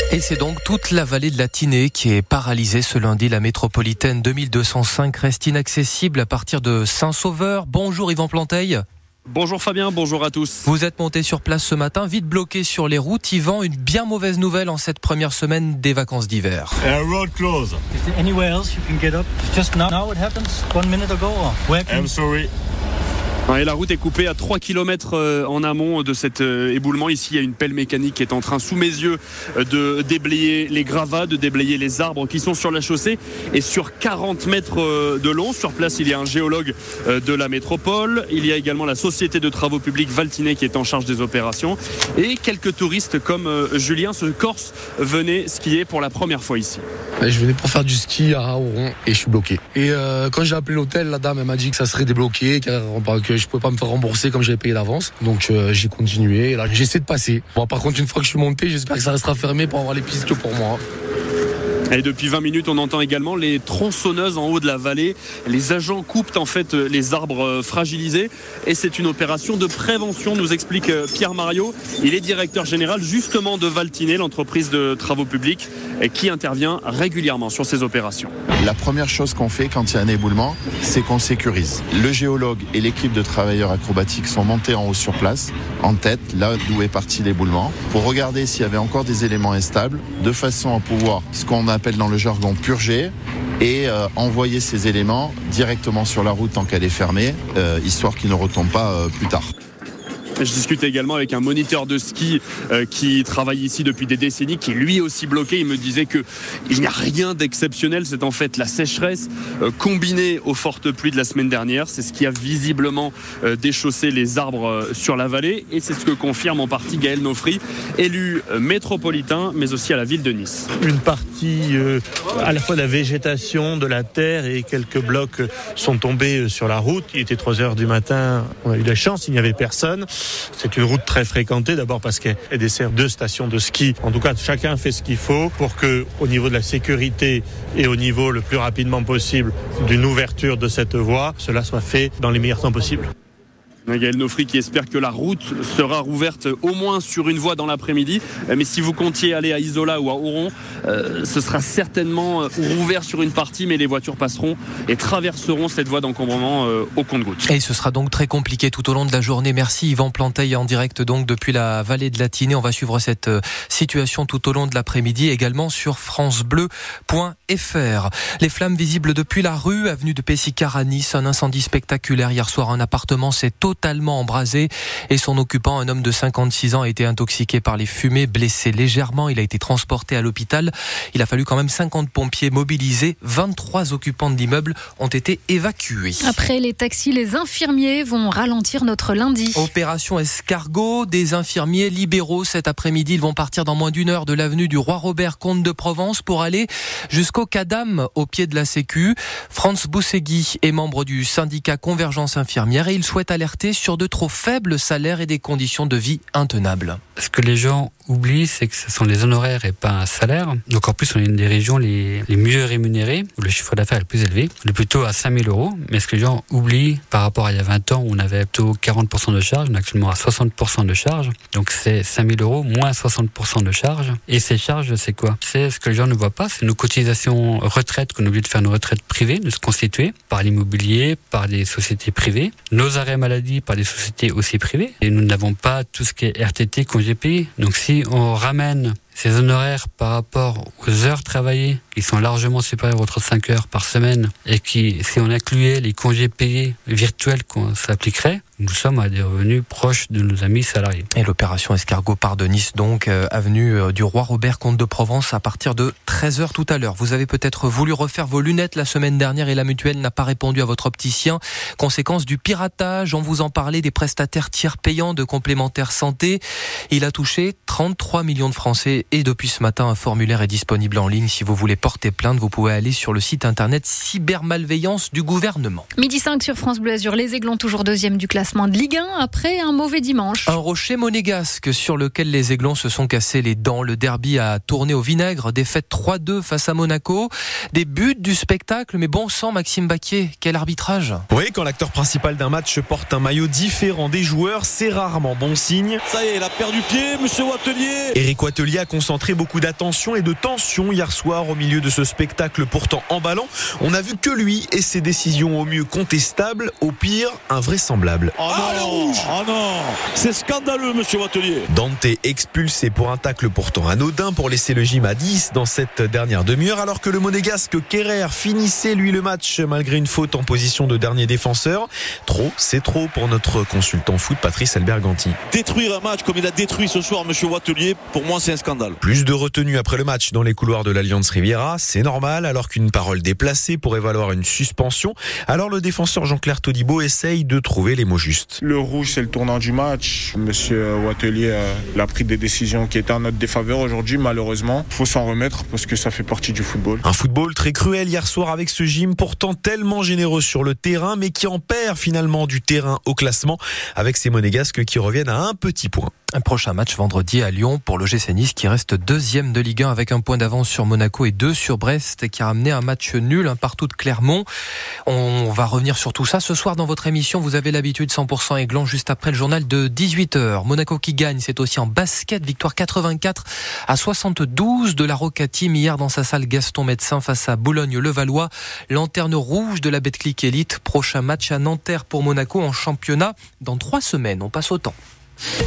Et c'est donc toute la vallée de la Tinée qui est paralysée ce lundi. La métropolitaine 2205 reste inaccessible à partir de Saint-Sauveur. Bonjour Yvan Planteil. Bonjour Fabien, bonjour à tous. Vous êtes monté sur place ce matin, vite bloqué sur les routes. Yvan, une bien mauvaise nouvelle en cette première semaine des vacances d'hiver. Road closed. Is there anywhere else you can get up? Just now it happens? 1 minute ago? Where can I'm sorry. Et la route est coupée à 3 km en amont de cet éboulement. Ici, il y a une pelle mécanique qui est en train, sous mes yeux, de déblayer les gravats, de déblayer les arbres qui sont sur la chaussée. Et sur 40 mètres de long, sur place, il y a un géologue de la métropole. Il y a également la société de travaux publics Valtinée qui est en charge des opérations. Et quelques touristes comme Julien, ce Corse, venait skier pour la première fois ici. Je venais pour faire du ski à Oron et je suis bloqué. Et quand j'ai appelé l'hôtel, la dame elle m'a dit que ça serait débloqué, que je pouvais pas me faire rembourser comme j'avais payé d'avance. Donc j'ai continué. Et là j'essaie de passer. Bon, par contre, une fois que je suis monté, j'espère que ça restera fermé pour avoir les pistes que pour moi. Et depuis 20 minutes, on entend également les tronçonneuses en haut de la vallée. Les agents coupent en fait les arbres fragilisés. Et c'est une opération de prévention, nous explique Pierre Mariot. Il est directeur général justement de Valtinée, l'entreprise de travaux publics, qui intervient régulièrement sur ces opérations. La première chose qu'on fait quand il y a un éboulement, c'est qu'on sécurise. Le géologue et l'équipe de travailleurs acrobatiques sont montés en haut sur place, en tête, là d'où est parti l'éboulement, pour regarder s'il y avait encore des éléments instables, de façon à pouvoir, ce qu'on appelle dans le jargon, purger et envoyer ces éléments directement sur la route tant qu'elle est fermée, histoire qu'ils ne retombent pas plus tard. Je discute également avec un moniteur de ski qui travaille ici depuis des décennies, qui est lui aussi bloqué. Il me disait qu'il n'y a rien d'exceptionnel. C'est en fait la sécheresse combinée aux fortes pluies de la semaine dernière. C'est ce qui a visiblement déchaussé les arbres sur la vallée. Et c'est ce que confirme en partie Gaël Nofri, élu métropolitain, mais aussi à la ville de Nice. Une partie à la fois de la végétation, de la terre et quelques blocs sont tombés sur la route. Il était 3h du matin. On a eu la chance, il n'y avait personne. C'est une route très fréquentée, d'abord parce qu'elle dessert 2 stations de ski. En tout cas, chacun fait ce qu'il faut pour que, au niveau de la sécurité et au niveau le plus rapidement possible d'une ouverture de cette voie, cela soit fait dans les meilleurs temps possibles. Gaël Nofri qui espère que la route sera rouverte au moins sur une voie dans l'après-midi. Mais si vous comptiez aller à Isola ou à Oron, ce sera certainement rouvert sur une partie, mais les voitures passeront et traverseront cette voie d'encombrement au compte-gouttes. Et ce sera donc très compliqué tout au long de la journée. Merci Yvan Planteil en direct donc depuis la vallée de la Tinée. On va suivre cette situation tout au long de l'après-midi également sur francebleu.fr. Les flammes visibles depuis la rue, avenue de Pessicar à Nice. Un incendie spectaculaire hier soir. Un appartement s'est totalement embrasé et son occupant, un homme de 56 ans, a été intoxiqué par les fumées, blessé légèrement. Il a été transporté à l'hôpital. Il a fallu quand même 50 pompiers mobilisés. 23 occupants de l'immeuble ont été évacués. Après les taxis, les infirmiers vont ralentir notre lundi. Opération escargot, des infirmiers libéraux cet après-midi. Ils vont partir dans moins d'1 heure de l'avenue du Roi Robert, comte de Provence, pour aller jusqu'au Cadam, au pied de la Sécu. Franz Boussegui est membre du syndicat Convergence Infirmière et il souhaite alerter sur de trop faibles salaires et des conditions de vie intenables. Ce que les gens oublient, c'est que ce sont les honoraires et pas un salaire. Donc en plus, on est une des régions les mieux rémunérées, où le chiffre d'affaires est le plus élevé. On est plutôt à 5 000 €. Mais ce que les gens oublient, par rapport à il y a 20 ans, où on avait plutôt 40% de charges, on est actuellement à 60% de charges. Donc c'est 5 000 € moins 60% de charges. Et ces charges, c'est quoi? C'est ce que les gens ne voient pas, c'est nos cotisations retraite qu'on oublie de faire, nos retraites privées, de se constituer par l'immobilier, par des sociétés privées, nos arrêts maladie par des sociétés aussi privées. Et nous n'avons pas tout ce qui est RTT, congés payés. Donc si on ramène ces honoraires par rapport aux heures travaillées, qui sont largement supérieures aux 35 heures par semaine, et qui, si on incluait les congés payés virtuels qu'on s'appliquerait, nous sommes à des revenus proches de nos amis salariés. Et l'opération escargot part de Nice, donc, avenue du Roi Robert, comte de Provence, à partir de 13h tout à l'heure. Vous avez peut-être voulu refaire vos lunettes la semaine dernière et la mutuelle n'a pas répondu à votre opticien. Conséquence du piratage, on vous en parlait, des prestataires tiers payants de complémentaires santé. Il a touché 33 millions de Français et depuis ce matin, un formulaire est disponible en ligne. Si vous voulez porter plainte, vous pouvez aller sur le site internet cybermalveillance du gouvernement. 12h05 sur France Bleu Azur. Les Aiglons, toujours 2e du classement. classement de Ligue 1 après un mauvais dimanche. Un rocher monégasque sur lequel les Aiglons se sont cassés les dents. Le derby a tourné au vinaigre, défaite 3-2 face à Monaco. Des buts, du spectacle, mais bon sang, Maxime Baquier, quel arbitrage. Oui, quand l'acteur principal d'un match porte un maillot différent des joueurs, c'est rarement bon signe. Ça y est, il a perdu pied, monsieur Wattelier. Éric Wattelier a concentré beaucoup d'attention et de tension hier soir au milieu de ce spectacle pourtant emballant. On n'a vu que lui et ses décisions au mieux contestables, au pire invraisemblables. Oh non, c'est scandaleux, monsieur Wattelier. Dante expulsé pour un tacle pourtant anodin pour laisser le gym à 10 dans cette dernière demi-heure, alors que le monégasque Kerrer finissait lui le match malgré une faute en position de dernier défenseur. Trop, c'est trop pour notre consultant foot Patrice Alberganti. Détruire un match comme il a détruit ce soir monsieur Wattelier, pour moi c'est un scandale. Plus de retenue après le match dans les couloirs de l'Alliance Riviera, c'est normal, alors qu'une parole déplacée pourrait valoir une suspension. Alors le défenseur Jean-Claire Todibo essaye de trouver les mots justes. Le rouge, c'est le tournant du match. Monsieur Wattelier a pris des décisions qui étaient en notre défaveur aujourd'hui, malheureusement. Il faut s'en remettre parce que ça fait partie du football. Un football très cruel hier soir avec ce gym pourtant tellement généreux sur le terrain, mais qui en perd finalement du terrain au classement avec ces monégasques qui reviennent à un petit point. Un prochain match vendredi à Lyon pour l'OGC Nice qui reste deuxième de Ligue 1 avec un point d'avance sur Monaco et 2 sur Brest qui a ramené un match nul, un partout de Clermont. On va revenir sur tout ça ce soir dans votre émission. Vous avez l'habitude 100% Aiglon juste après le journal de 18h. Monaco qui gagne, c'est aussi en basket. Victoire 84-72 de la Roca Team hier dans sa salle Gaston Médecin face à Boulogne-le-Valois. Lanterne rouge de la Betclic Elite. Prochain match à Nanterre pour Monaco en championnat dans 3 semaines. On passe au temps.